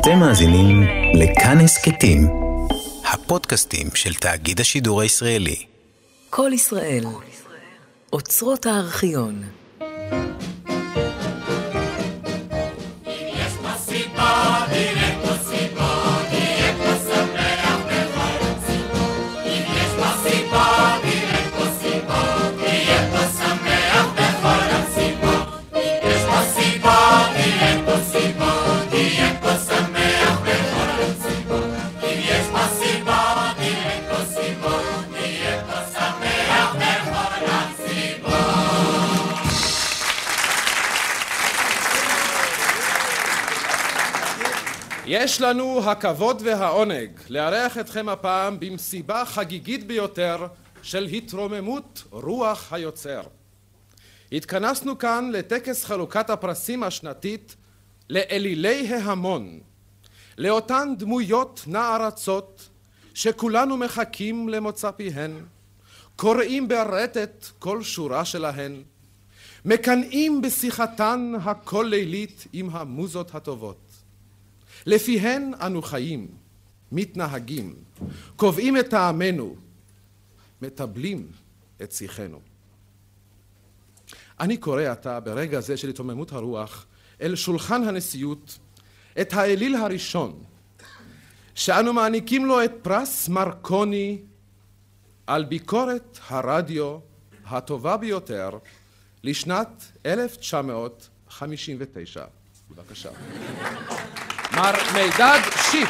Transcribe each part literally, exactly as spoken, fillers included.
אתם מאזינים לכאן הסכתים, הפודקאסטים של תאגיד השידור הישראלי. כל ישראל, אוצרות הארכיון. יש לנו הכבוד והעונג לארח אתכם הפעם במסיבה חגיגית ביותר של התרוממות רוח היוצר. התכנסנו כאן לטקס חלוקת הפרסים השנתית לאלילי ההמון, לאותן דמויות נערצות שכולנו מחכים למוצא פיהן, קוראים ברטט כל שורה שלהן, מקנאים בשיחתן הכל לילית עם המוזות הטובות. לפיהן אנו חיים, מתנהגים, קובעים את טעמנו, מטבלים את שיחנו. אני קורא עתה ברגע זה של התרוממות הרוח אל שולחן הנשיאות את האליל הראשון, שאנו מעניקים לו את פרס מרקוני על ביקורת הרדיו הטובה ביותר לשנת אלף תשע מאות חמישים ותשע. בבקשה. מר מידד שיף.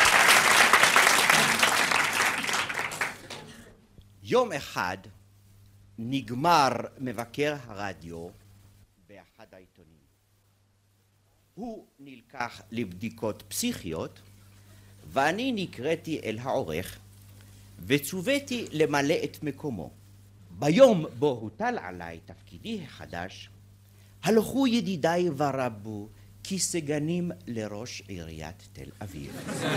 יום אחד נגמר מבקר הרדיו באחד העיתונים. הוא נלקח לבדיקות פסיכיות, ואני נקראתי אל העורך וצוויתי למלא את מקומו. ביום בו הוטל עליי תפקידי החדש, הלכו ידידיי ורבו כסגנים לראש עיריית תל אביב.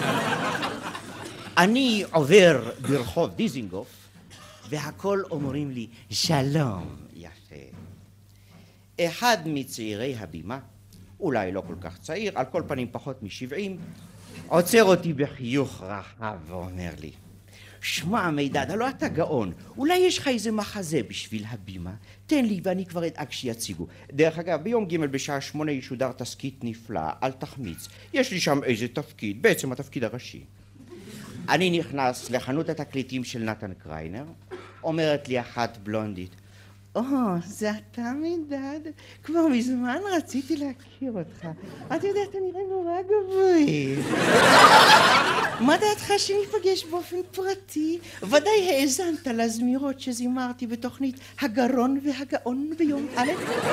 אני עובר ברחוב דיזינגוף, והכל אומרים לי, שלום, יפה. אחד מצעירי הבימה, אולי לא כל כך צעיר, על כל פנים פחות משבעים, עוצר אותי בחיוך רחב ואומר לי, שמע מידד, הלא אתה גאון, אולי יש לך איזה מחזה בשביל הבימה, תן לי ואני כבר אדאג שיציגו. דרך אגב, ביום ג' בשעה שמונה ישודר תסקית נפלא, אל תחמיץ, יש לי שם איזה תפקיד, בעצם התפקיד הראשי. אני נכנס לחנות התקליטים של נתן קריינר, אומרת לי אחת בלונדית, או, זה אתה מידד? כבר מזמן רציתי להכיר אותך. אתה יודע, אתה נראה נורא גבוה. מה דעתך שניפגש באופן פרטי? ודאי האזנת לזמירות שזימרתי בתוכנית הגרון והגאון ביום א'.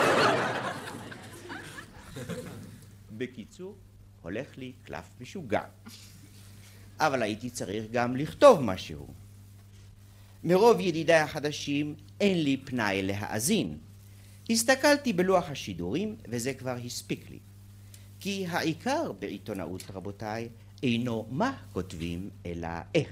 בקיצור, הולך לי קלף משוגע. אבל הייתי צריך גם לכתוב משהו. מרוב ידידיי החדשים אין לי פנאי להאזין. הסתכלתי בלוח השידורים וזה כבר הספיק לי. כי העיקר בעיתונאות, רבותיי, אינו מה כותבים אלא איך.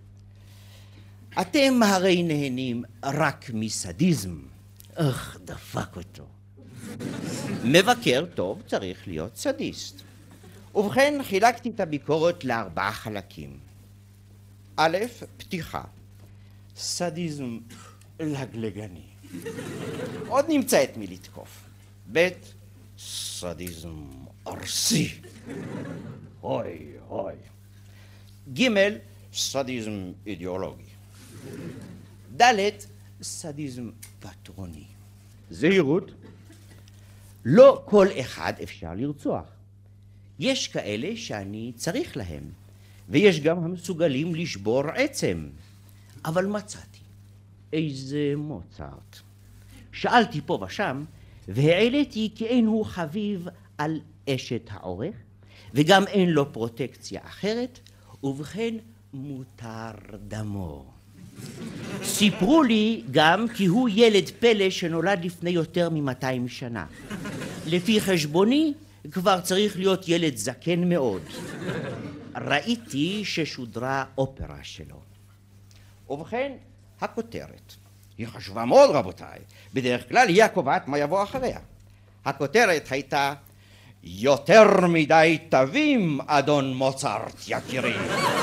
אתם הרי נהנים רק מסדיזם. איך דפק אותו. מבקר טוב צריך להיות סדיסט. ובכן חילקתי את הביקורת לארבעה חלקים. א', פתיחה. סדיזם לגלגני. עוד נמצא את מי לתקוף. ב', סדיזם ארסי. אוי אוי. ג', סדיזם אידיאולוגי. ד', סדיזם פטרוני. זהירות. לא כל אחד אפשר לרצוח. יש כאלה שאני צריך להם, ויש גם המסוגלים לשבור עצם. אבל מצאתי איזה מוצרט. שאלתי פה ושם, והעליתי כי אין הוא חביב על אשת העורך, וגם אין לו פרוטקציה אחרת, ובכן מותר דמו. סיפרו לי גם כי הוא ילד פלא שנולד לפני יותר מ-מאתיים שנה. לפי חשבוני, כבר צריך להיות ילד זקן מאוד. ראיתי ששודרה אופרה שלו. ובכן, הכותרת. היא חשובה מאוד, רבותיי. בדרך כלל היא הקובעת מה יבוא אחריה. הכותרת הייתה יותר מדי תווים, אדון מוצרט, יקירי.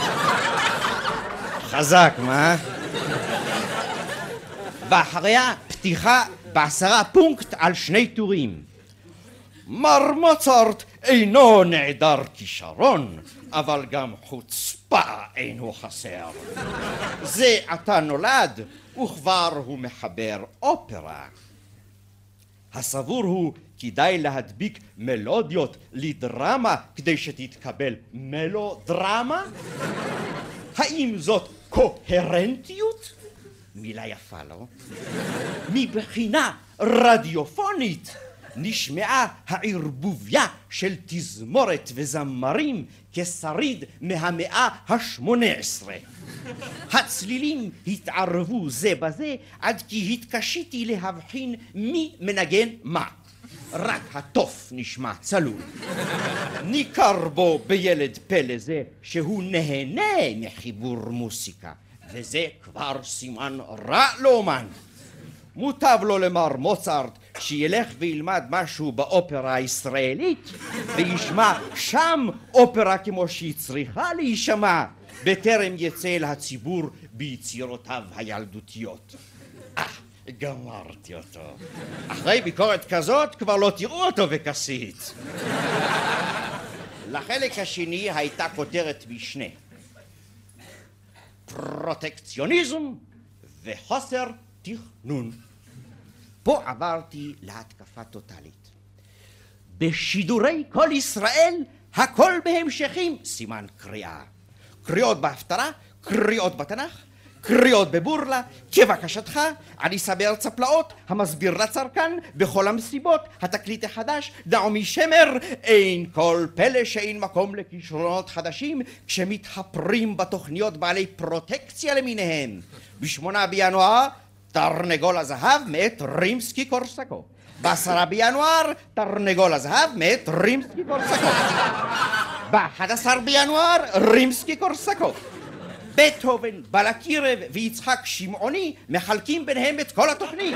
חזק, מה? ואחריה פתיחה בעשרה פונקט על שני טורים. מר מוצרט אינו נעדר כישרון, אבל גם חוצפה אינו חסר. זה עתה נולד, וכבר הוא מחבר אופרה. הסבור הוא כדאי להדביק מלודיות לדרמה כדי שתתקבל מלודרמה? האם זאת קוהרנטיות? מילה יפה, לא? מבחינה רדיופונית נשמעה הערבוביה של תזמורת וזמרים כשריד מהמאה השמונה עשרה. הצלילים התערבו זה בזה עד כי התקשיתי להבחין מי מנגן מה. רק התוף נשמע צלול. ניכר בו בילד פלא זה שהוא נהנה מחיבור מוסיקה, וזה כבר סימן רע לאומן. מוטב לו למר מוצרט שילך וילמד משהו באופרה הישראלית וישמע שם אופרה כמו שהיא צריכה להישמע בטרם יצא אל הציבור ביצירותיו הילדותיות. אה, גמרתי אותו. אחרי ביקורת כזאת כבר לא תראו אותו בכסית. לחלק השני הייתה כותרת משנה: פרוטקציוניזם וחוסר תכנון. פה עברתי להתקפה טוטלית. בשידורי כל ישראל הכל בהמשכים, סימן קריאה. קריאות בהפטרה, קריאות בתנ"ך, קריאות בבורלה, כבקשתך, אני סבר צפלאות, המסביר לצרכן, בכל המסיבות, התקליט החדש, דעמי שמר, אין כל פלא שאין מקום לכישרונות חדשים, כשמתחפרים בתוכניות בעלי פרוטקציה למיניהם. בשמונה בינואר, תרנגול הזהב מאת רימסקי קורסקו. בעשרה בינואר, תרנגול הזהב מאת רימסקי קורסקו. באחד עשר בינואר, רימסקי קורסקו. בטהובן, בלקירב ויצחק שמעוני מחלקים ביניהם את כל התוכנית.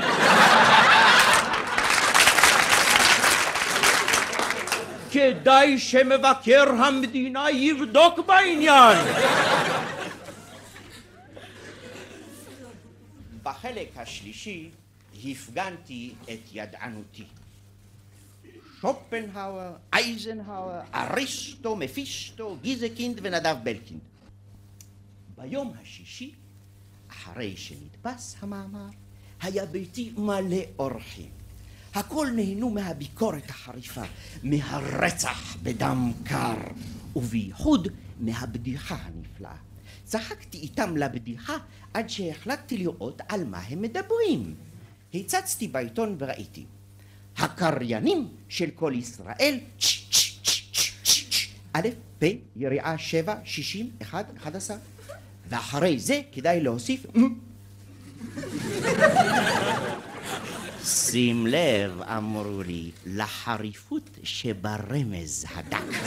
כדאי שמבקר המדינה יבדוק בעניין. בחלק השלישי הפגנתי את ידענותי. שופנהאואר, אייזנהאואר, אריסטו, מפיסטו, גיזקינד ונדב בלקינד. ביום השישי, אחרי שנדפס המאמר, היה ביתי מלא אורחים. הכל נהנו מהביקורת החריפה, מהרצח בדם קר, ובייחוד מהבדיחה הנפלאה. צחקתי איתם לבדיחה עד שהחלטתי לראות על מה הם מדברים. הצצתי בעיתון וראיתי: הקריינים של כל ישראל, א', פ', יריעה שבע, שישים, אחד, אחד עשר, ואחרי זה כדאי להוסיף שים לב, אמרו לי, לחריפות שברמז הדק.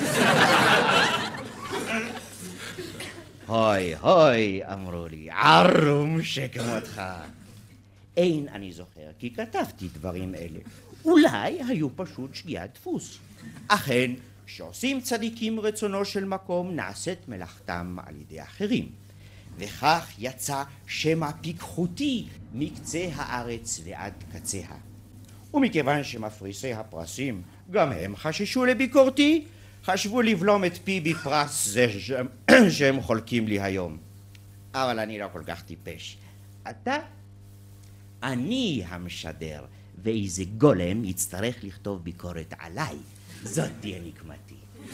הוי, הוי, אמרו לי, ערום שכמותך. אין אני זוכר, כי כתבתי דברים אלה. אולי היו פשוט שגיאת דפוס. אכן, שעושים צדיקים רצונו של מקום, נעשית מלאכתם על ידי אחרים. וכך יצא שמא פיקחותי מקצה הארץ ועד קצה. ומכיוון שמפריסי הפרסים גם הם חששו לביקורתי, חשבו לבלום את פי בפרס זה שהם חולקים לי היום. אבל אני לא כל כך טיפש. אתה, אני המשדר, ואיזה גולם יצטרך לכתוב ביקורת עליי. זאת תהיה נקמתי.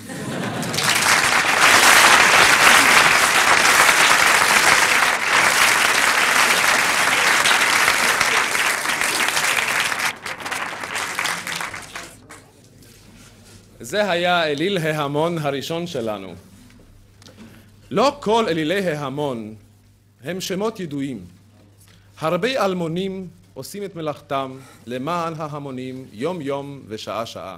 זה היה אליל ההמון הראשון שלנו. לא כל אלילי ההמון הם שמות ידועים. הרבה אלמונים עושים את מלאכתם למען ההמונים יום יום ושעה שעה.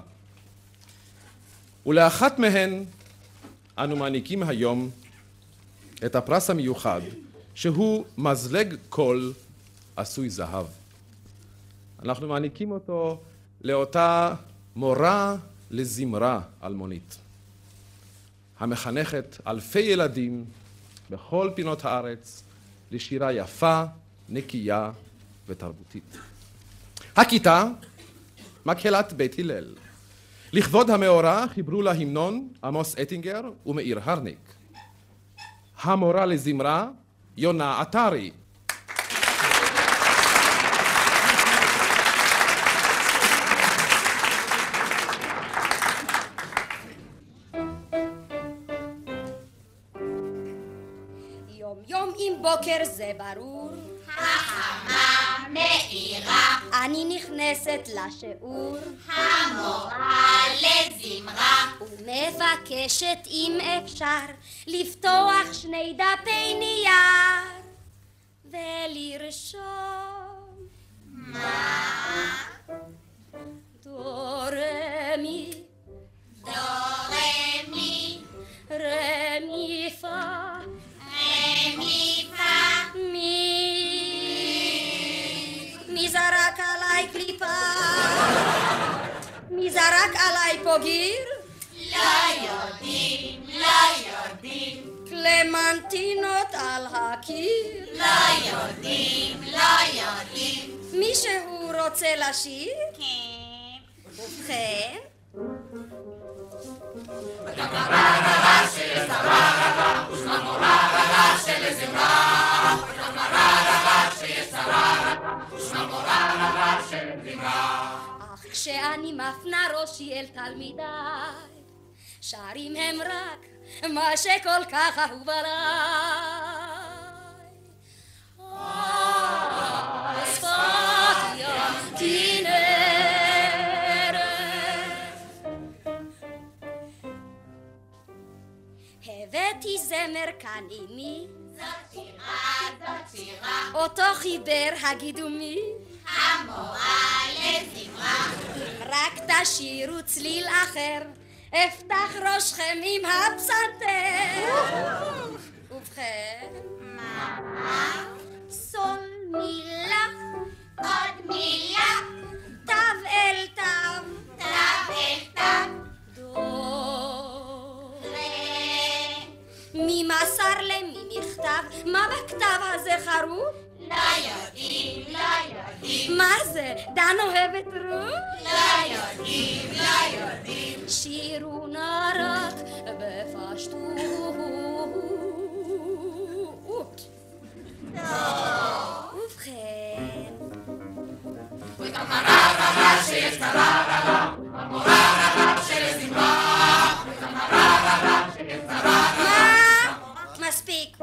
ולאחת מהן אנו מעניקים היום את הפרס המיוחד, שהוא מזלג קול עשוי זהב. אנחנו מעניקים אותו לאותה מורה לזמרה אלמונית, המחנכת אלפי ילדים בכל פינות הארץ לשירה יפה, נקייה ותרבותית. הכיתה, מקהלת בית הלל. לכבוד המאורע חיברו לה המנון עמוס אטינגר ומאיר הרניק. המורה לזמרה, יונה עטרי. יום יום עם בוקר זה ברור, החמה מאירה, אני נכנסת לשיעור, המורה לזמרה, ומבקשת אם אפשר לפתוח שני דפי נייר ולרשום מה? דו רמי דו רמי רמי פה רמי פה מי מי זרק עליי קליפה? מי זרק עליי פה גיר? לא יודעים, לא יודעים, קלמנטינות על הקיר? לא יודעים, לא יודעים, מישהו רוצה לשיר? כן. ובכן? אך כשאני מפנה ראשי אל תלמידיי, שרים הם רק מה שכל כך אהוב עליי. אה, שפת ים כנרת, הבאתי זמר כאן עימי, זאת שירה, זאת שירה, אותו חיבר הגידו מי, המורה לזמרה, אם רק תשירו צליל אחר, אפתח ראשכם עם הפסנתר. ובכן, מה? סול מילה, עוד מילה, תו אל תו, תו אל תו, דו. ר. ממסר למי מכתב, מה בכתב הזה חרוב? לא יודעים, לא יודעים, מה זה? דן אוהבת רות? לא יודעים, לא יודעים, שירו נא רק בפשטות. ובכן, מה? מספיק.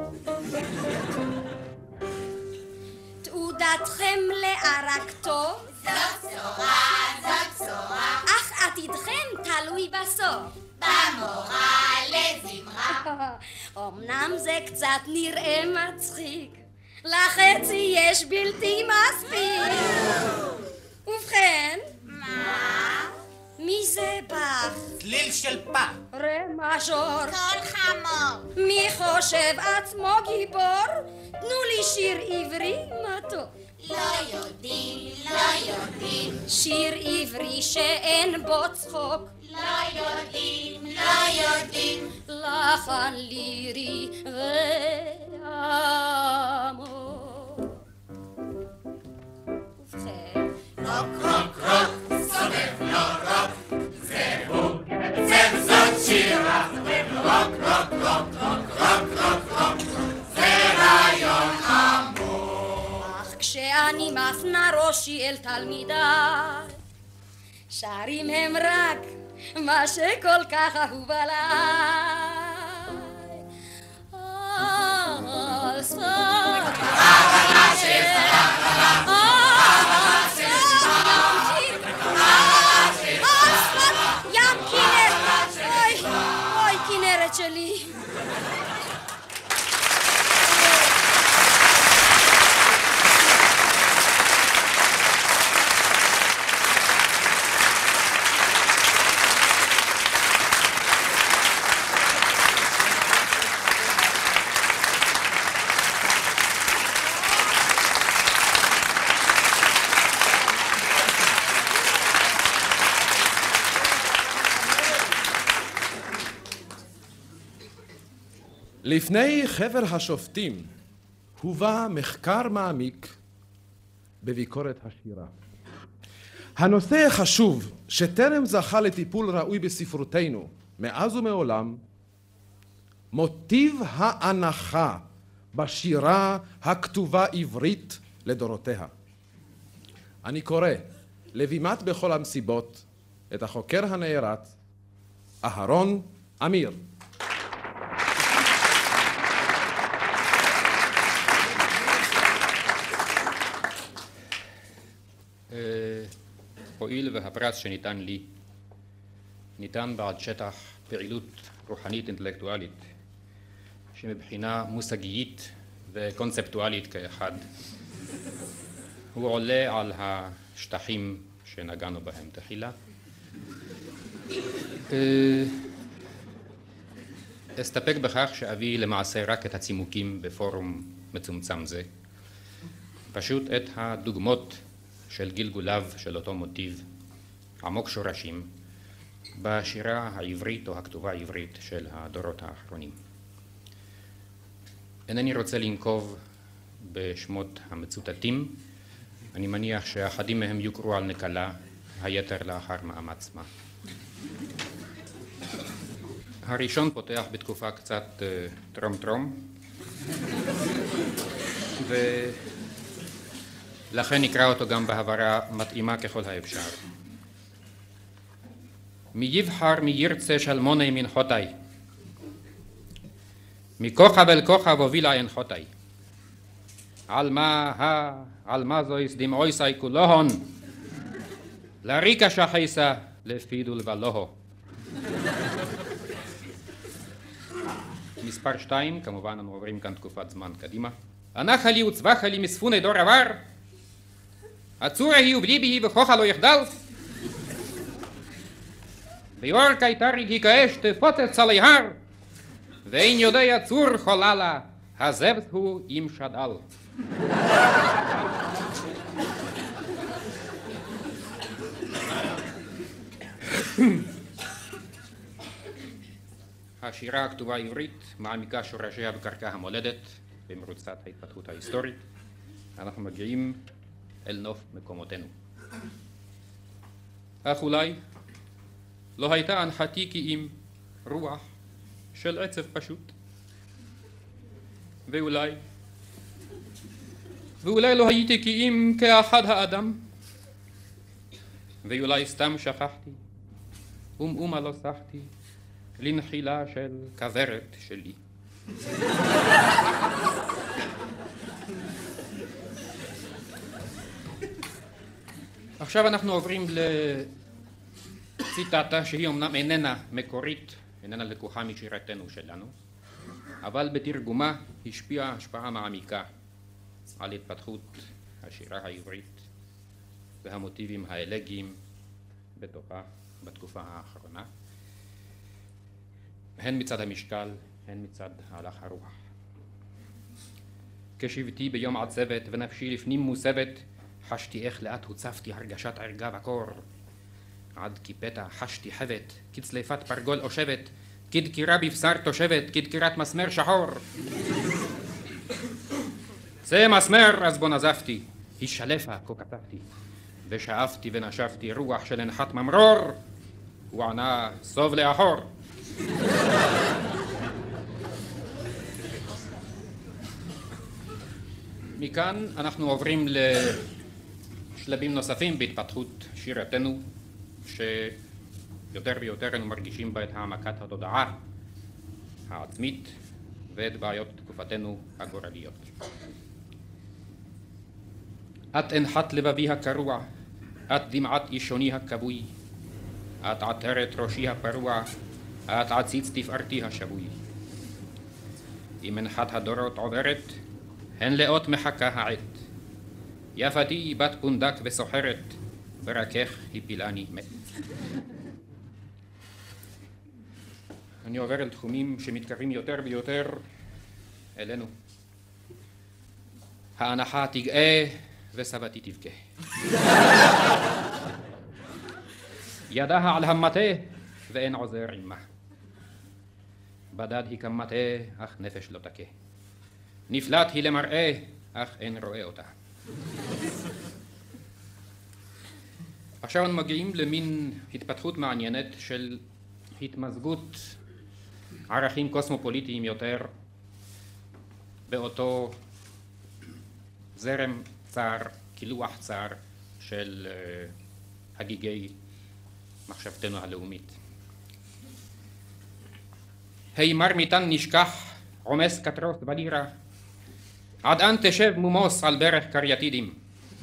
תעודתכם לערק טוב, זאת בשורה, זאת בשורה, אך עתידכם תלוי בסוף. במורה לזמרה, אמנם זה קצת נראה מצחיק, לחצי יש בלתי מספיק. ובכן, מה? מי זה בך? צליל של פה. רה מז'ור. כל חמור, מי חושב עצמו גיבור? תנו לי שיר עברי מתוק. לא יודעים, לא יודעים, שיר עברי שאין בו צחוק, לא יודעים, לא יודעים, לחן לירי ועמוק. ובכן, אך כשאני מפנה ראשי אל תלמידיי, שרים הם רק מה שכל כך אהוב עליי. על שפת ים כנרת, אוי, אוי כנרת שלי. לפני חבר השופטים הובא מחקר מעמיק בביקורת השירה. הנושא החשוב שטרם זכה לטיפול ראוי בספרותנו מאז ומעולם, מוטיב ההנחה בשירה הכתובה עברית לדורותיה. אני קורא לבימת בכל המסיבות את החוקר הנערץ אהרון אמיר. הואיל והפרס שניתן לי ניתן בעד שטח פעילות רוחנית אינטלקטואלית שמבחינה מושגית וקונספטואלית כאחד הוא עולה על השטחים שנגענו בהם תחילה. אסתפק בכך שאביא למעשה רק את הצימוקים בפורום מצומצם זה, פשוט את הדוגמות של גלגוליו של אותו מוטיב עמוק שורשים בשירה העברית או הכתובה העברית של הדורות האחרונים. אינני רוצה לנקוב בשמות המצוטטים, אני מניח שאחדים מהם יוקראו על נקלה, היתר לאחר מאמץ מה. הראשון פותח בתקופה קצת טרום טרום, ולכן נקרא אותו גם בהברה מתאימה ככל האפשר. מי יבחר מי ירצה שלמוני מנחותי, מכוכב אל כוכב הובילה הנחותי. על מה ה, על מה זויס דמעויסי כולהון, לריקה שחייסה לפידול ולוהו. מספר שתיים, כמובן אנחנו עוברים כאן תקופת זמן קדימה. הנחה לי וצבחה לי מספוני דור עבר, הצורה היא ובליבי היא וכוחה לא יחדל, ביורקי תריג היא כאש תפוצץ עלי הר, ואין יודע צור חוללה, הזבת הוא עם שדל. השירה הכתובה העברית מעמיקה שורשיה בקרקע המולדת במרוצת ההתפתחות ההיסטורית. אנחנו מגיעים אל נוף מקומותינו. אך אולי לא הייתה הנחתי כי אם רוח של עצב פשוט, ואולי ואולי לא הייתי כי אם כאחד האדם, ואולי סתם שכחתי ומאומה לא שחתי לנחילה של כברת שלי. עכשיו אנחנו עוברים לציטטה שהיא אמנם איננה מקורית, איננה לקוחה משירתנו שלנו, אבל בתרגומה השפיעה השפעה מעמיקה על התפתחות השירה העברית והמוטיבים האלגיים בתוכה בתקופה האחרונה, הן מצד המשקל, הן מצד הלך הרוח. כשבתי ביום עצבת ונפשי לפנים מוסבת, חשתי איך לאט הוצפתי הרגשת ערגה וקור, עד כי פתע חשתי חבת, כצליפת פרגול אושבת, כדקירה בבשר תושבת, כדקירת מסמר שחור. זה מסמר, אז בו נזפתי, השלפה כה כתבתי, ושאפתי ונשפתי רוח של הנחת ממרור, הוא ענה סוב לאחור. מכאן אנחנו עוברים לשלבים נוספים בהתפתחות שירתנו, שיותר ויותר אנו מרגישים בה את העמקת התודעה העצמית ואת בעיות תקופתנו הגורליות. את הנחת לבבי הקרוע, את דמעת אישוני הכבוי, את עטרת ראשי הפרוע, את עציץ תפארתי השבוי. אם הנחת הדורות עוברת, הן לאות מחכה העת. יפתי היא בת פונדק וסוחרת, ורקך הפילני מת. אני עובר אל תחומים שמתקרבים יותר ויותר אלינו. ההנחה תגאה וסבתי תבכה. ידיה על המטה ואין עוזר עמה. בדד היא כמטה, אך נפש לא תכה. נפלט היא למראה, אך אין רואה אותה. עכשיו אנחנו מגיעים למין התפתחות מעניינת של התמזגות ערכים קוסמופוליטיים יותר באותו זרם צר, קילוח צר של uh, הגיגי מחשבתנו הלאומית. היי מר מיתן נשכח, עומס קטרוס בלירה, עד אן תשב מומוס על ברך קרייתידים.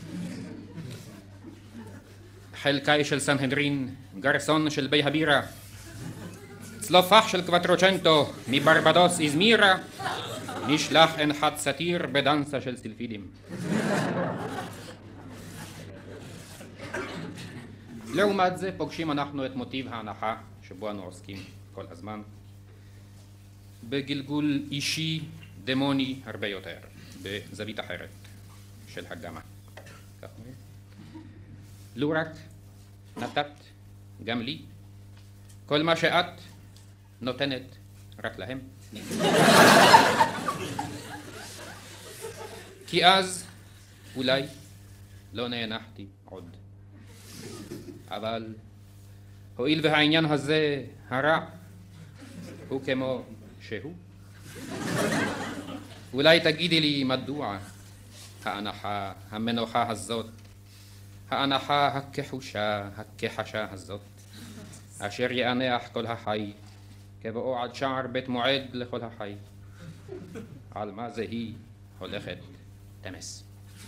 חלקאי של סנהדרין, גרסון של בי הבירה, צלופח של קווטרוצ'נטו מברבדוס איזמירה, נשלח אנחת סטיר בדנסה של סילפידים. לעומת זה פוגשים אנחנו את מוטיב ההנחה שבו אנו עוסקים כל הזמן, בגלגול אישי דמוני הרבה יותר, בזווית אחרת של הגמה. לו רק נתת גם לי כל מה שאת נותנת רק להם. כי אז אולי לא נאנחתי עוד. אבל הואיל והעניין הזה הרע הוא כמו שהוא, אולי תגידי לי מדוע ההנחה המנוחה הזאת, ההנחה הכחושה, הכחשה הזאת, אשר יענח כל החי, כבואו עד שער בית מועד לכל החי. על מה זה היא הולכת תמס.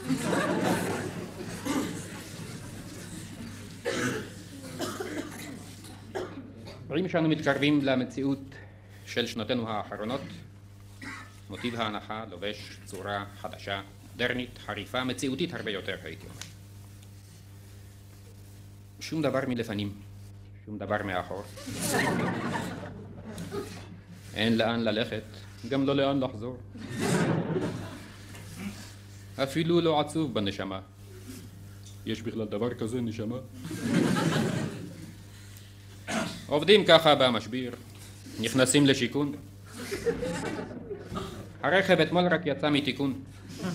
רואים שאנו מתקרבים למציאות של שנותינו האחרונות. מוטיב ההנחה לובש צורה חדשה, מודרנית, חריפה, מציאותית הרבה יותר, הייתי אומר. שום דבר מלפנים, שום דבר מאחור. אין לאן ללכת, גם לא לאן לחזור. אפילו לא עצוב בנשמה. יש בכלל דבר כזה נשמה? עובדים ככה במשביר, נכנסים לשיכון. הרכב אתמול רק יצא מתיקון.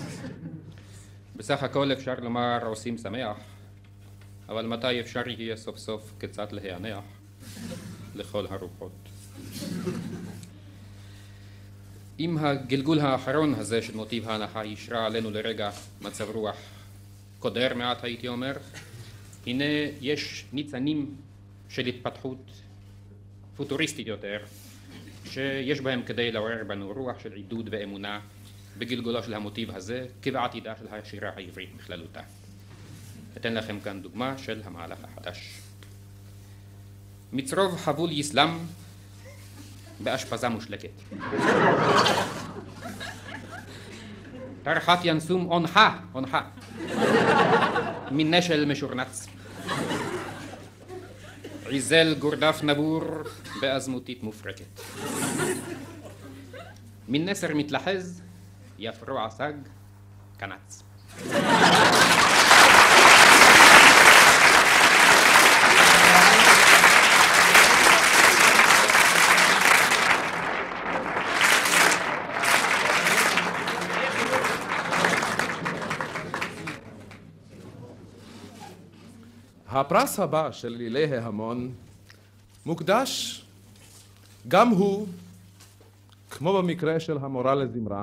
בסך הכל אפשר לומר עושים שמח, אבל מתי אפשר יהיה סוף סוף קצת להיענח לכל הרוחות. אם הגלגול האחרון הזה של מוטיב ההנחה ישרה עלינו לרגע מצב רוח קודר מעט, הייתי אומר, הנה יש ניצנים של התפתחות פוטוריסטית יותר, שיש בהם כדי לעורר בנו רוח של עידוד ואמונה בגלגולו של המוטיב הזה, כבעתידה של השירה העברית בכללותה. אתן לכם כאן דוגמה של המהלך החדש. מצרוב חבול יסלם באשפזה מושלקת. תרחת ינסום עונחה, עונחה, מן נשל משורנץ. עיזל גורדף נבור באזמותית מופרקת. מן נסר מתלחז יפרוע סג קנץ. הפרס הבא של לילי ההמון מוקדש גם הוא, כמו במקרה של המורה לזמרה,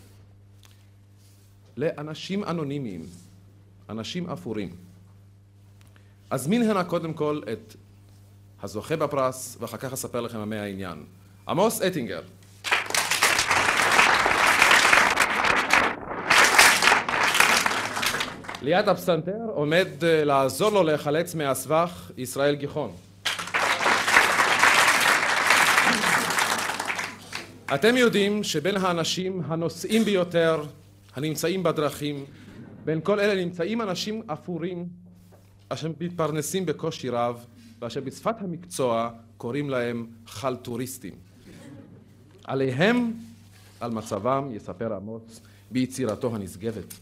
לאנשים אנונימיים, אנשים אפורים. אזמין הנה קודם כל את הזוכה בפרס, ואחר כך אספר לכם מה העניין. עמוס אטינגר. ליד הפסנתר עומד לעזור לו להיחלץ מהסבך ישראל גיחון. אתם יודעים שבין האנשים הנוסעים ביותר, הנמצאים בדרכים, בין כל אלה נמצאים אנשים אפורים אשר מתפרנסים בקושי רב, ואשר בשפת המקצוע קוראים להם חלטוריסטים. עליהם, על מצבם, יספר עמוס ביצירתו הנשגבת.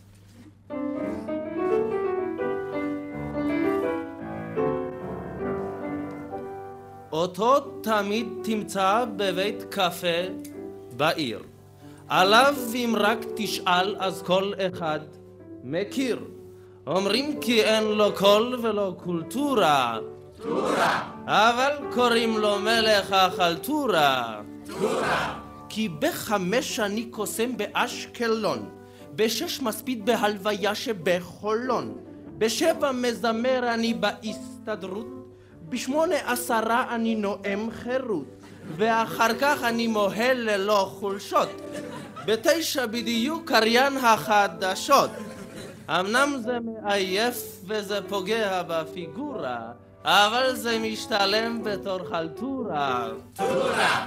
אותו תמיד תמצא בבית קפה בעיר. עליו אם רק תשאל אז כל אחד מכיר. אומרים כי אין לו קול ולא קולטורה. טורה. אבל קוראים לו מלך החלטורה. טורה. כי בחמש אני קוסם באשקלון, בשש מספיד בהלוויה שבחולון, בשבע מזמר אני בהסתדרות, בשמונה עשרה אני נואם חירות, ואחר כך אני מוהל ללא חולשות, בתשע בדיוק קריין החדשות. אמנם זה מעייף וזה פוגע בפיגורה, אבל זה משתלם בתור חלטורה. טורה.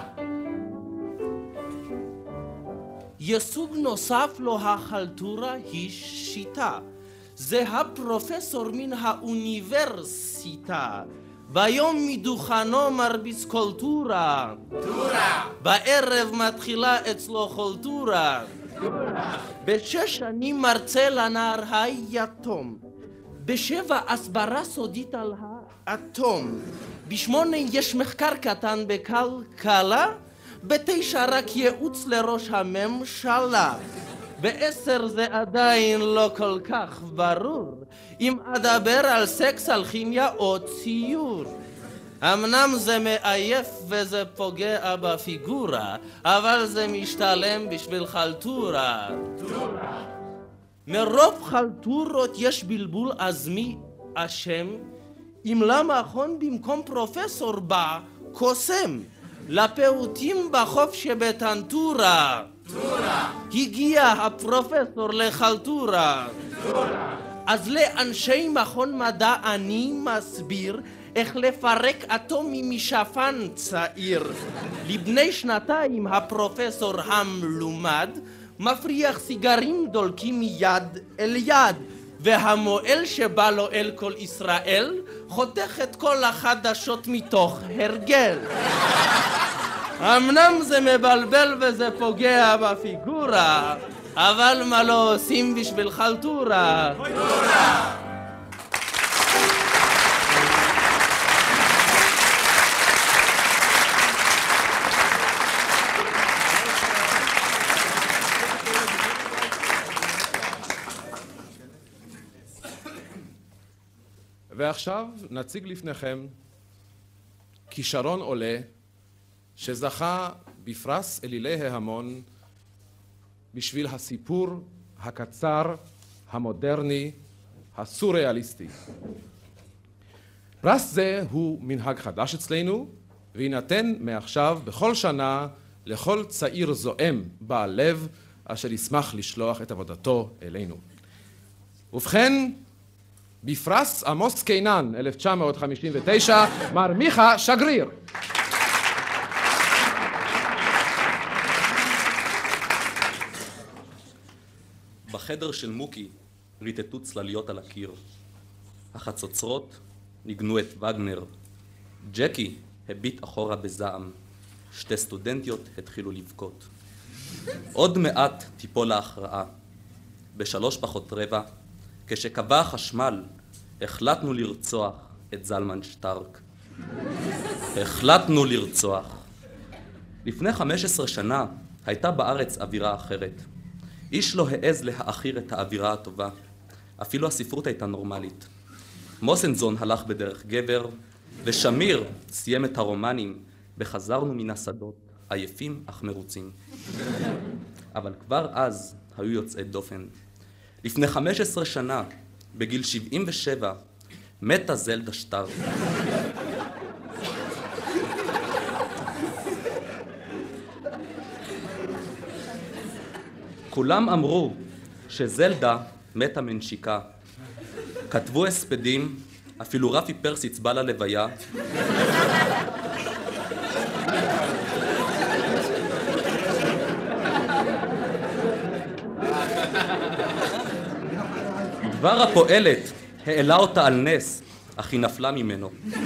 יסוג נוסף לו החלטורה היא שיטה. זה הפרופסור מן האוניברסיטה. ביום מדוכנו מרביץ קולטורה. טורה. בערב מתחילה אצלו חולטורה. טורה. בשש אני מרצה לנער היתום. בשבע הסברה סודית על האטום. בשמונה יש מחקר קטן בכלכלה. בתשע רק ייעוץ לראש הממשלה. בעשר זה עדיין לא כל כך ברור אם אדבר על סקס, על כימיה או ציור. אמנם זה מעייף וזה פוגע בפיגורה, אבל זה משתלם בשביל חלטורה. טורה. מרוב חלטורות יש בלבול, אז מי אשם? אם למכון במקום פרופסור בא קוסם לפעוטים בחוף שבטנטורה. טורה. הגיע הפרופסור לחלטורה. טורה. אז לאנשי מכון מדע אני מסביר איך לפרק אטומי משפן צעיר. לבני שנתיים הפרופסור המלומד מפריח סיגרים דולקים מיד אל יד, והמועל שבא לו אל כל ישראל חותך את כל החדשות מתוך הרגל. אמנם זה מבלבל וזה פוגע בפיגורה, אבל מה לא עושים בשביל חלטורה? טורה. ועכשיו נציג לפניכם כישרון עולה שזכה בפרס אלילי ההמון בשביל הסיפור הקצר, המודרני, הסוריאליסטי. פרס זה הוא מנהג חדש אצלנו, ויינתן מעכשיו בכל שנה לכל צעיר זועם בעל לב אשר ישמח לשלוח את עבודתו אלינו. ובכן, בפרס עמוס קינן אלף תשע מאות חמישים ותשע, מר מיכה שגריר. בחדר של מוקי ריטטו צלליות על הקיר. החצוצרות ניגנו את וגנר. ג'קי הביט אחורה בזעם. שתי סטודנטיות התחילו לבכות. עוד מעט תיפול ההכרעה. בשלוש פחות רבע, כשקבע החשמל, החלטנו לרצוח את זלמן שטרק. החלטנו לרצוח. לפני חמש עשרה שנה הייתה בארץ אווירה אחרת. איש לא העז להאחיר את האווירה הטובה. אפילו הספרות הייתה נורמלית. מוסנזון הלך בדרך גבר, ושמיר סיים את הרומנים, וחזרנו מן השדות, עייפים אך מרוצים. אבל כבר אז היו יוצאי דופן. לפני חמש עשרה שנה, בגיל שבעים ושבע, מתה זלדה שטרק. כולם אמרו שזלדה מתה מנשיקה. כתבו הספדים, אפילו רפי פרסיץ בא ללוויה. דבר הפועלת העלה אותה על נס, אך היא נפלה ממנו.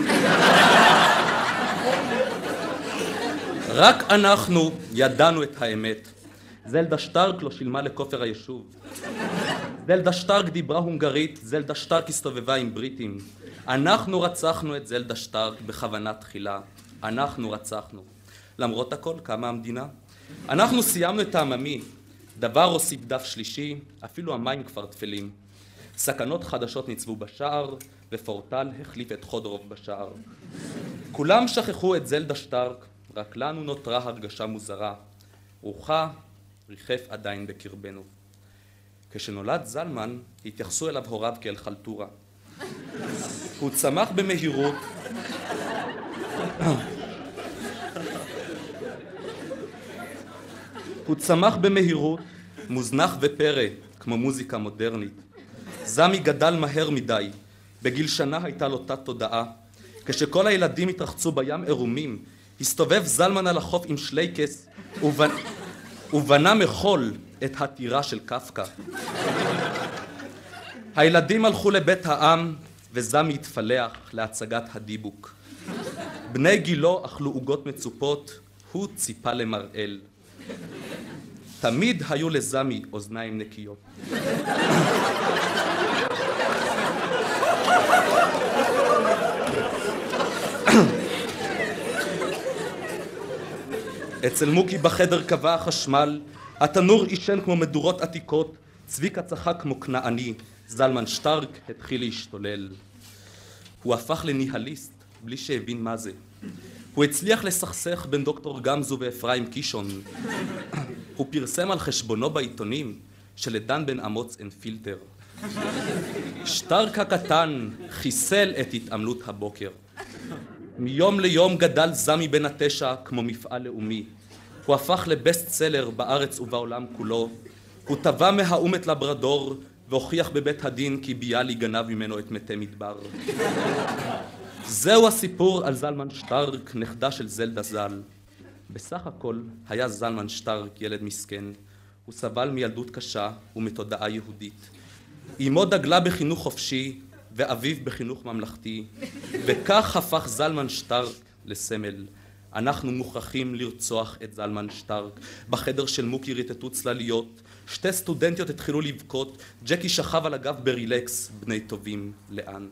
רק אנחנו ידענו את האמת. זלדה שטרק לא שילמה לכופר היישוב. זלדה שטרק דיברה הונגרית, זלדה שטרק הסתובבה עם בריטים. אנחנו רצחנו את זלדה שטרק בכוונה תחילה. אנחנו רצחנו. למרות הכל קמה המדינה. אנחנו סיימנו את העממי. דבר הוסיף דף שלישי, אפילו המים כבר תפלים. סכנות חדשות ניצבו בשער, ופורטל החליף את חודרוב בשער. כולם שכחו את זלדה שטארק, רק לנו נותרה הרגשה מוזרה. רוחה ריחף עדיין בקרבנו. כשנולד זלמן, התייחסו אליו הוריו כאל חלטורה. הוא צמח במהירות. הוא צמח במהירות, מוזנח ופרא, כמו מוזיקה מודרנית. זמי גדל מהר מדי. בגיל שנה הייתה לו תת תודעה. כשכל הילדים התרחצו בים עירומים, הסתובב זלמן על החוף עם שלייקס ובנ... ובנה מחול את הטירה של קפקא. הילדים הלכו לבית העם וזמי התפלח להצגת הדיבוק. בני גילו אכלו עוגות מצופות, הוא ציפה למראל. תמיד היו לזמי אוזניים נקיות. אצל מוקי בחדר קבע החשמל, התנור עישן כמו מדורות עתיקות, צביקה צחק כמו כנעני, זלמן שטארק התחיל להשתולל. הוא הפך לניהליסט בלי שהבין מה זה. הוא הצליח לסכסך בין דוקטור גמזו ואפרים קישון. הוא פרסם על חשבונו בעיתונים שלדן בן אמוץ אין פילטר. שטארק הקטן חיסל את התעמלות הבוקר. מיום ליום גדל זמי בן התשע כמו מפעל לאומי. הוא הפך לבסט סלר בארץ ובעולם כולו. הוא טבע מהאום את לברדור והוכיח בבית הדין כי ביאלי גנב ממנו את מתי מדבר. זהו הסיפור על זלמן שטארק, נכדה של זלדה ז"ל. בסך הכל היה זלמן שטארק ילד מסכן. הוא סבל מילדות קשה ומתודעה יהודית. אמו דגלה בחינוך חופשי ואביו בחינוך ממלכתי, וכך הפך זלמן שטארק לסמל. אנחנו מוכרחים לרצוח את זלמן שטארק. בחדר של מוקי ריטטו צלליות, שתי סטודנטיות התחילו לבכות, ג'קי שכב על הגב ברילקס, בני טובים לאן.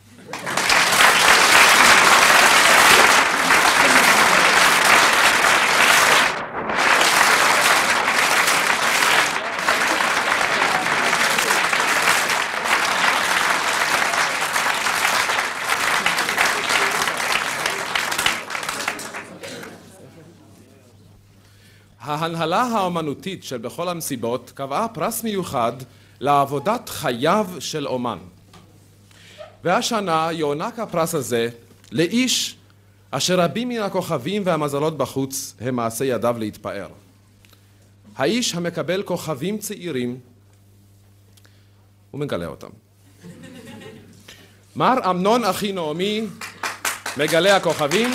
ההנהלה האומנותית של בכל המסיבות קבעה פרס מיוחד לעבודת חייו של אומן. והשנה יוענק הפרס הזה לאיש אשר רבים מן הכוכבים והמזלות בחוץ הם מעשה ידיו להתפאר. האיש המקבל כוכבים צעירים ומגלה אותם. מר אמנון אחי נעמי, מגלה הכוכבים,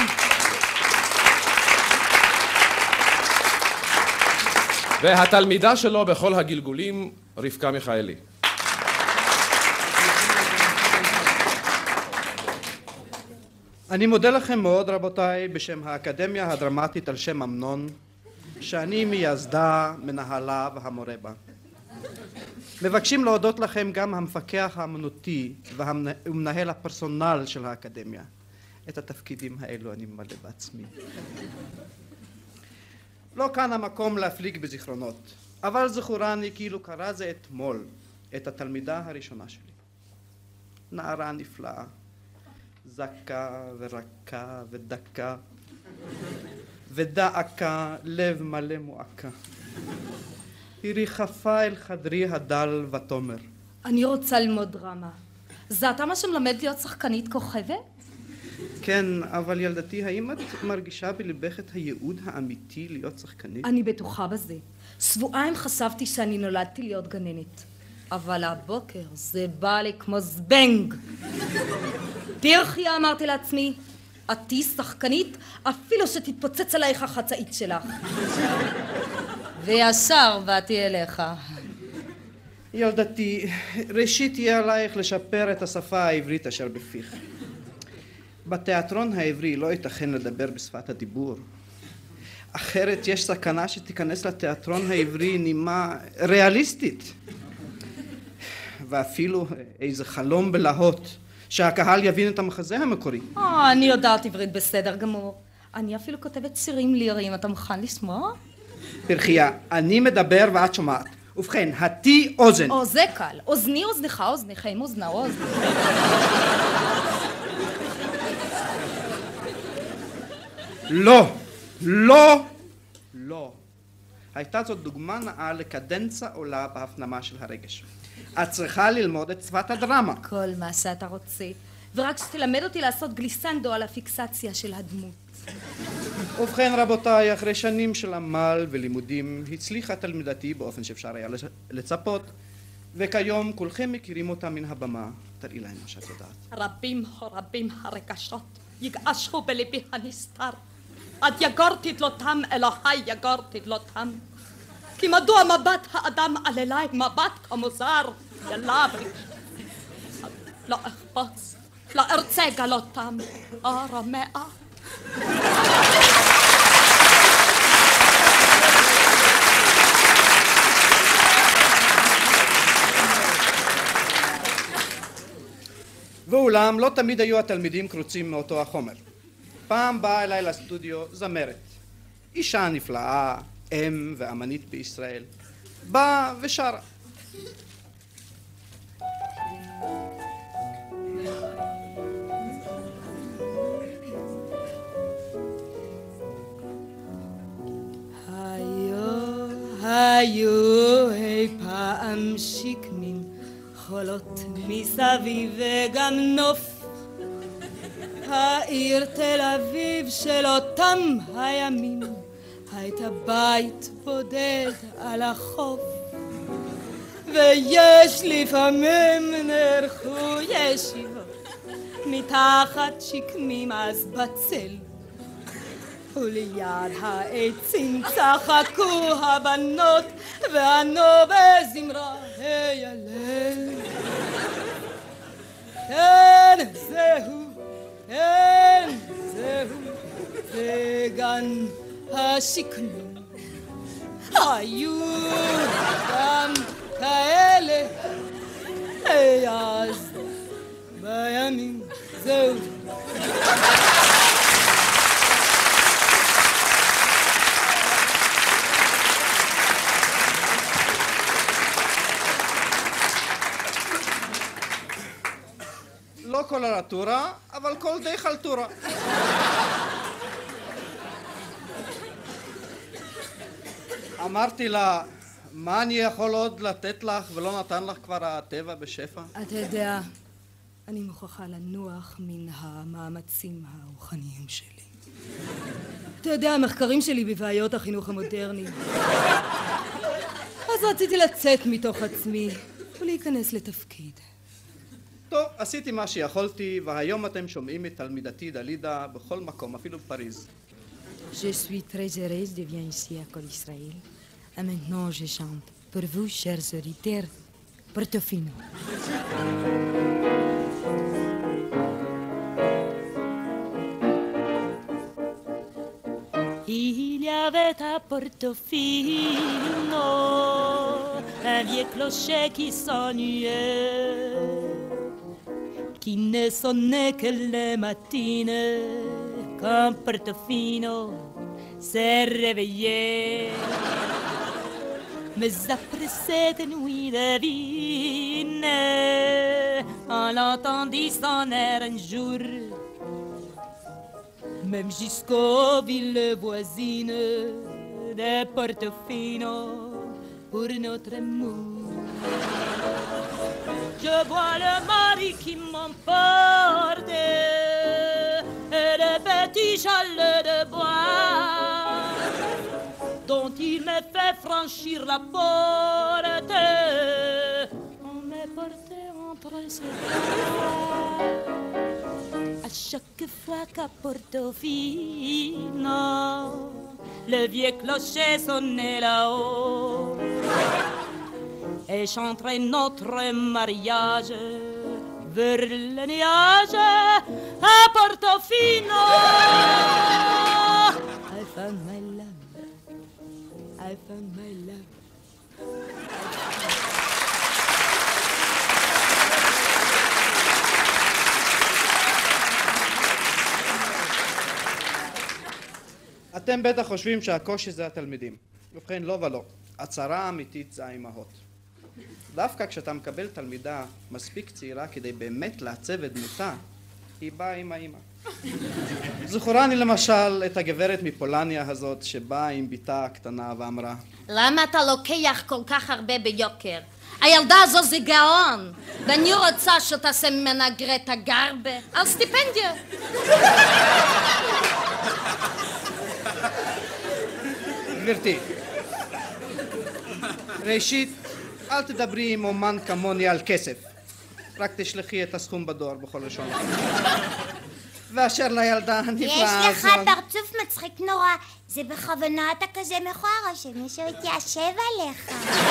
והתלמידה שלו בכל הגלגולים, רבקה מיכאלי. אני מודה לכם מאוד רבותיי בשם האקדמיה הדרמטית על שם אמנון, שאני מייסדה, מנהלה והמורה בה. מבקשים להודות לכם גם המפקח האמנותי ומנהל הפרסונל של האקדמיה. את התפקידים האלו אני ממלא בעצמי. לא כאן המקום להפליג בזיכרונות, אבל זכורני כאילו קרה זה אתמול, את התלמידה הראשונה שלי. נערה נפלאה, זכה ורקה ודקה, ודעקה, לב מלא מועקה. היא ריחפה אל חדרי הדל ותומר. אני רוצה ללמוד דרמה. זה אתה מה שמלמד להיות שחקנית כוכבת? כן, אבל ילדתי, האם את מרגישה בלבך את הייעוד האמיתי להיות שחקנית? אני בטוחה בזה. שבועיים חשבתי שאני נולדתי להיות גננת. אבל הבוקר זה בא לי כמו זבנג. תרחיה, אמרתי לעצמי, את תהיי שחקנית אפילו שתתפוצץ עלייך החצאית שלך. וישר באתי אליך. ילדתי, ראשית יהיה עלייך לשפר את השפה העברית אשר בפיך. בתיאטרון העברי לא ייתכן לדבר בשפת הדיבור. אחרת יש סכנה שתיכנס לתיאטרון העברי נימה ריאליסטית. ואפילו איזה חלום בלהות שהקהל יבין את המחזה המקורי. אה, אני יודעת עברית בסדר גמור. אני אפילו כותבת צירים ליריים, אתה מוכן לשמוע? פרחיה, אני מדבר ואת שומעת. ובכן, התי אוזן. או, זה קל. אוזני, אוזנך, אוזניכם, אוזנה, אוזן. לא, לא, לא. הייתה זאת דוגמה נאה לקדנצה עולה בהפנמה של הרגש. את צריכה ללמוד את שפת הדרמה. כל מה שאתה רוצה. ורק שתלמד אותי לעשות גליסנדו על הפיקסציה של הדמות. ובכן רבותיי, אחרי שנים של עמל ולימודים, הצליחה תלמידתי באופן שאפשר היה לצפות, וכיום כולכם מכירים אותה מן הבמה. תראי להם מה שאת יודעת. רבים רבים הרגשות יגעשו בליבי הנסתר. עד יגרתי דלותם, אלוהי יגרתי דלותם. כי מדוע מבט האדם על אליי מבט כמוזר? ילב לי. לא אחפוץ, לא ארצה גלותם. הרמאה. ואולם לא תמיד היו התלמידים קרוצים מאותו החומר. פעם באה אליי לסטודיו זמרת, אישה נפלאה, אם ואמנית בישראל, באה ושרה. היו, היו אי פעם שקמים חולות מסביב וגם נוף העיר תל אביב של אותם הימים הייתה בית בודד על החוף ויש לפעמים נערכו ישיבות מתחת שקמים אז בצל וליד העצים צחקו הבנות וענו בזמרה הילל כן זהו כן זהו זה גן השקמים היו גם כאלה אז בימים זהו לא קולורטורה, אבל כל די חלטורה. אמרתי לה, מה אני יכול עוד לתת לך ולא נתן לך כבר הטבע בשפע? אתה יודע, אני מוכרחה לנוח מן המאמצים הרוחניים שלי. אתה יודע, המחקרים שלי בבעיות החינוך המודרני. אז רציתי לצאת מתוך עצמי ולהיכנס לתפקיד. טוב, עשיתי מה שיכולתי, והיום אתם שומעים את תלמידתי דלידה בכל מקום, אפילו בפריז. Je suis très heureuse de venir ici à Col Israël. Et maintenant, je chante pour vous, chers auditeurs, Portofino. Il y avait à Portofino un vieux clocher qui s'ennuyait, qui ne sonnait que les matines quand Portofino s'est réveillé. Mais après cette nuit de vigne, on l'entendit sonner un jour, même jusqu'aux villes voisines de Portofino pour notre amour. Je vois le mari qui m'emporte et le petit chalet de bois dont il me fait franchir la porte. On me portait entre ses bras à chaque fois qu'à Portofino le vieux clocher sonnait là-haut et chanterait notre mariage vers le nuage à Portofino. I found my love, I found my love. אתם בטח חושבים שהקושי זה התלמידים. ובכן, לא ולא. הצרה האמיתית זה האימהות. דווקא כשאתה מקבל תלמידה מספיק צעירה כדי באמת לעצב את דמותה, היא באה עם האמא. זכורני למשל את הגברת מפולניה הזאת שבאה עם ביתה הקטנה ואמרה, למה אתה לוקח כל כך הרבה ביוקר? הילדה הזו זה גאון, ואני רוצה שתעשה ממנה גרטה גרבה על סטיפנדיה. גברתי, ראשית, אל תדברי עם אומן כמוני על כסף. רק תשלחי את הסכום בדואר בכל ראשון. ואשר לילדה הנפלאה הזאת... יש לך פרצוף מצחיק נורא. זה בכוונה אתה כזה מכוער או שמישהו התיישב עליך?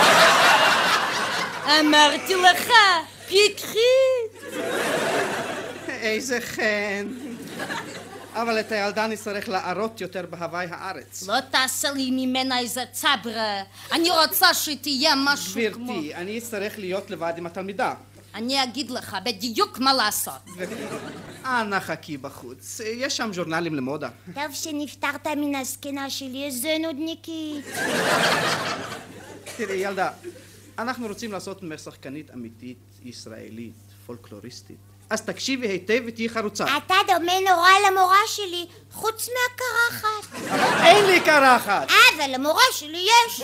אמרתי לך, פיקחית. איזה חן. אבל את הילדה נצטרך לערות יותר בהוואי הארץ. לא תעשה לי ממנה איזה צברה. אני רוצה שתהיה משהו כמו... גברתי, אני אצטרך להיות לבד עם התלמידה. אני אגיד לך בדיוק מה לעשות. אנא חכי בחוץ, יש שם ז'ורנלים למודה. טוב שנפטרת מן הזקנה שלי, איזה נודניקית. תראי ילדה, אנחנו רוצים לעשות ממך שחקנית אמיתית, ישראלית, פולקלוריסטית. אז תקשיבי היטב ותהי חרוצה. אתה דומה נורא למורה שלי, חוץ מהקרחת. אבל אין לי קרחת. אה, אבל למורה שלי יש.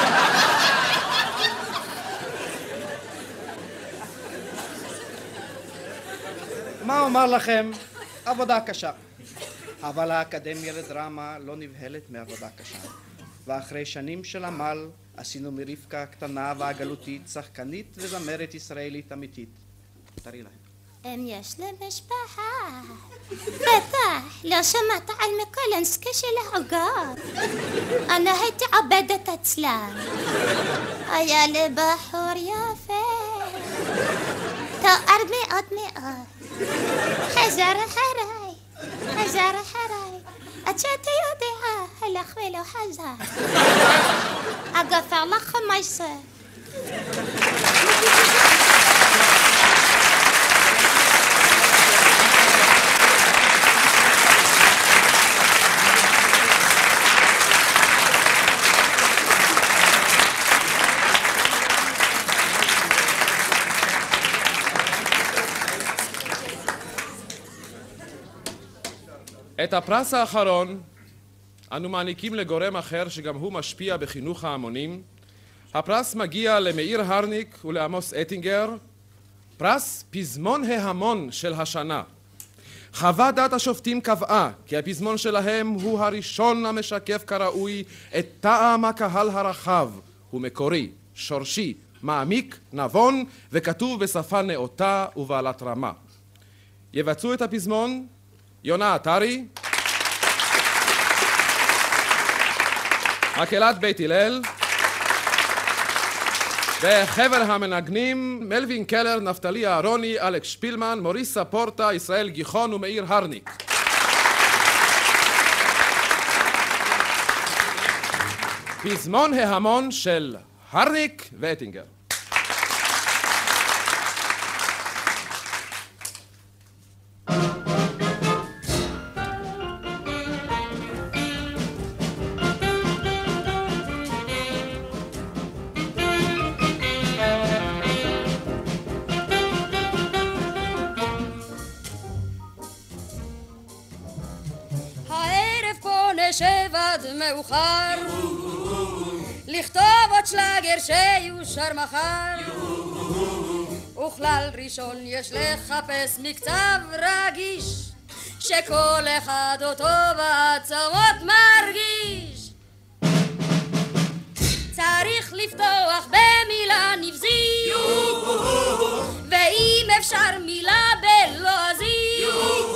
מה אומר לכם? עבודה קשה. אבל האקדמיה לדרמה לא נבהלת מעבודה קשה. ואחרי שנים של עמל עשינו מרבקה הקטנה והגלותית שחקנית וזמרת ישראלית אמיתית. תראי להם. הם יש להם משפחה. בטח, לא שמעת על מקולנסקי של העוגות. אני הייתי עובדת אצלם. היה לי בחור יפה. תואר מאוד מאוד. חזר אחריי, חזר אחריי. עד שאתה יודע, הלך ולא חזר. אגב, הלך חמש עשרה. את הפרס האחרון אנו מעניקים לגורם אחר שגם הוא משפיע בחינוך ההמונים. הפרס מגיע למאיר הרניק ולעמוס אטינגר, פרס פזמון ההמון של השנה. חוות דעת השופטים קבעה כי הפזמון שלהם הוא הראשון המשקף כראוי את טעם הקהל הרחב. הוא מקורי, שורשי, מעמיק, נבון וכתוב בשפה נאותה ובעלת רמה. יבצעו את הפזמון יונה עטרי, מקהלת בית הלל, וחבר המנגנים מלווין קלר, נפתלי אהרוני, אלכס שפילמן, מוריס ספורטה, ישראל גיחון ומאיר הרניק. פזמון ההמון של הרניק ואטינגר. נשב עד מאוחר, לכתוב עוד שלאגר שיושר מחר, וכלל ראשון יש לחפש מקצב רגיש, שכל אחד אותו בעצמות מרגיש. צריך לפתוח במילה נבזית, ואם אפשר מילה בלועזית,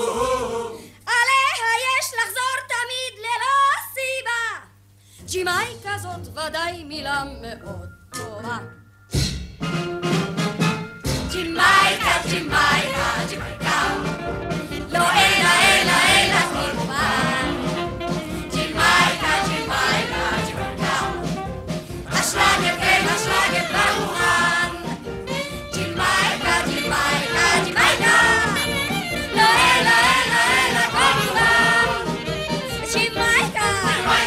עליה יש לחזור תמיד ללא סיבה. ג'ימייקה זאת ודאי מילה מאוד טובה. ג'ימייקה, ג'ימייקה, ג'ימייקה, לא אלא אלא אלא כמובן. ג'ימייקה, ג'ימייקה, ג'ימייקה, השלגר כן השלגר כבר מוכן. ג'ימייקה, ג'ימייקה, ג'ימייקה, לא אלא אלא אלא כמובן. ג'ימייקה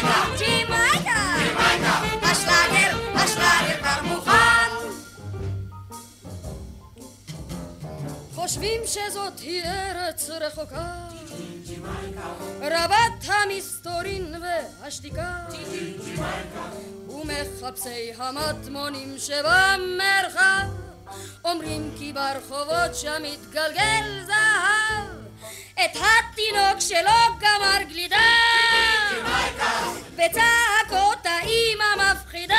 חושבים שזאת היא ארץ רחוקה, רבת המסתורין והשתיקה, ומחפשי המטמונים שבמרחב אומרים כי ברחובות שם מתגלגל זהב. את התינוק שלו גמר גלידה בצעקות האמא מפחידה,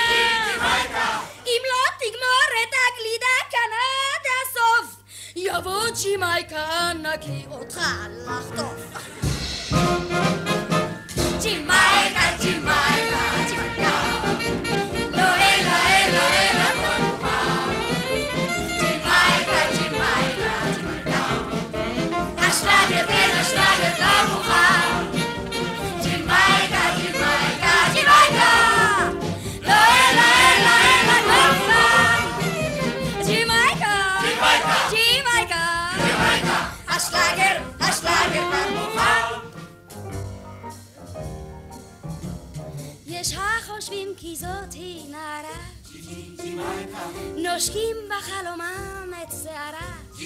אם לא תגמור את הגלידה כאן עד הסוף יבוא ג'ימייקה ענקי אותך לחטוף. ג'ימייקה, ג'ימייקה, ג'ימייקה, לא אלא אלא אלא כל מוכר. ג'ימייקה, ג'ימייקה, ג'ימייקה, השלאגר כן השלאגר לא מוכר. ג'ימייקה, ג'ימייקה, ג'ימייקה, לא אלא אלא אלא כל מוכר. ג'ימייקה, ג'ימייקה, ג'ימייקה, השלאגר, השלאגר כבר מוכר. יש החושבים כי זאת היא נערה, נושקים בחלומם את שערה,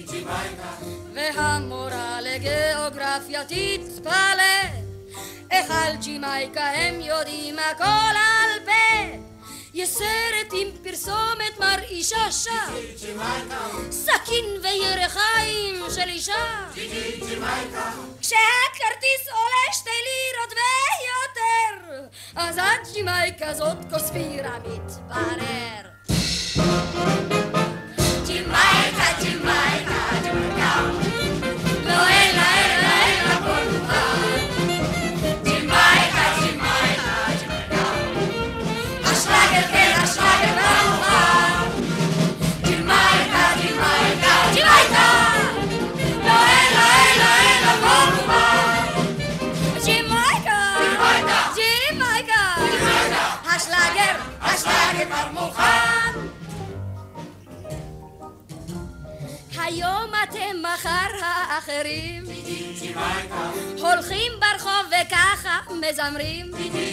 והמורה לגיאוגרפיה תתפלא איך על ג'ימייקה הם יודעים הכל על פה. יש סרט עם פרסומת מרעישה שם, סכין וירחיים של אישה, כשהכרטיס עולה שתי לירות ויותר, אז הג'ימייקה זאת קוספירה מתברר. ג'ימייקה, ג'ימייקה, ג'ימייקה, לא אלא אלא אלא כל מוכר. ג'ימייקה, ג'ימייקה, ג'ימייקה, השלאגר כן השלאגר כבר מוכר. ג'ימייקה, ג'ימייקה, ג'ימייקה, לא אלא אלא אלא כל מוכר. ג'ימייקה, ג'ימייקה, השלאגר, השלאגר כבר מוכר. היום אתם מחר האחרים הולכים ברחוב וככה מזמרים,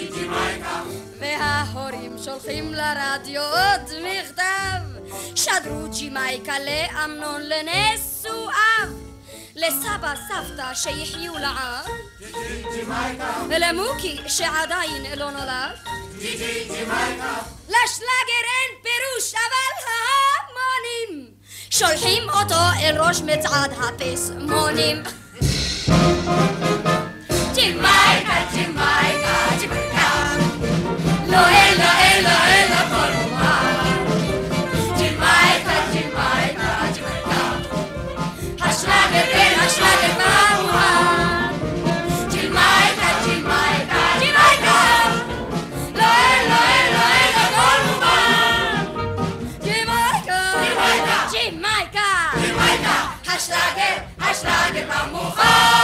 וההורים שולחים לרדיו עוד מכתב, שדרו ג'ימייקה לאמנון לנשואיו, לסבא סבתא שיחיו לעד, ולמוקי שעדיין לא נולד. לשלאגר אין פירוש אבל ההמונים שולחים אותו אל ראש מצעד הפסמונים. ג'ימייקה, ג'ימייקה, ג'ימייקה, לא אלא אלא אלא כל מוכר. ג'ימייקה, ג'ימייקה, ג'ימייקה, השלאגר כן השלאגר כבר מוכר. ג'ימייקה, ג'ימייקה, ג'ימייקה, לא אלא אלא אלא כל מוכר. ג'ימייקה, ג'ימייקה, ג'ימייקה, השלאגר, השלאגר כבר מוכר.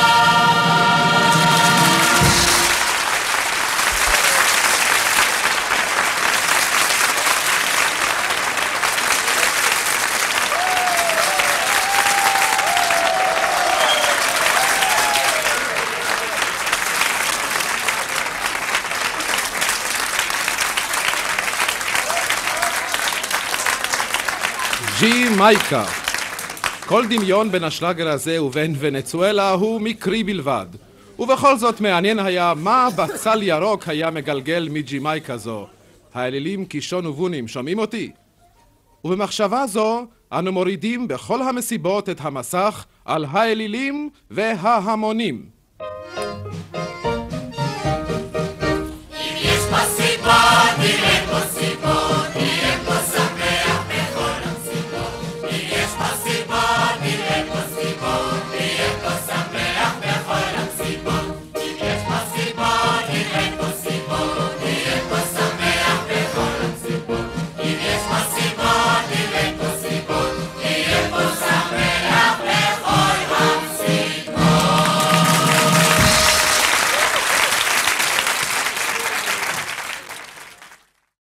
ג'ימייקה. כל דמיון בין השלאגר הזה ובין ונצואלה הוא מקרי בלבד. ובכל זאת מעניין היה מה בצל ירוק היה מגלגל מג'ימייקה זו. האלילים קישון ובונים, שומעים אותי? ובמחשבה זו אנו מורידים בכל המסיבות את המסך על האלילים וההמונים. אם יש פה סיבות, תראה פה סיבות.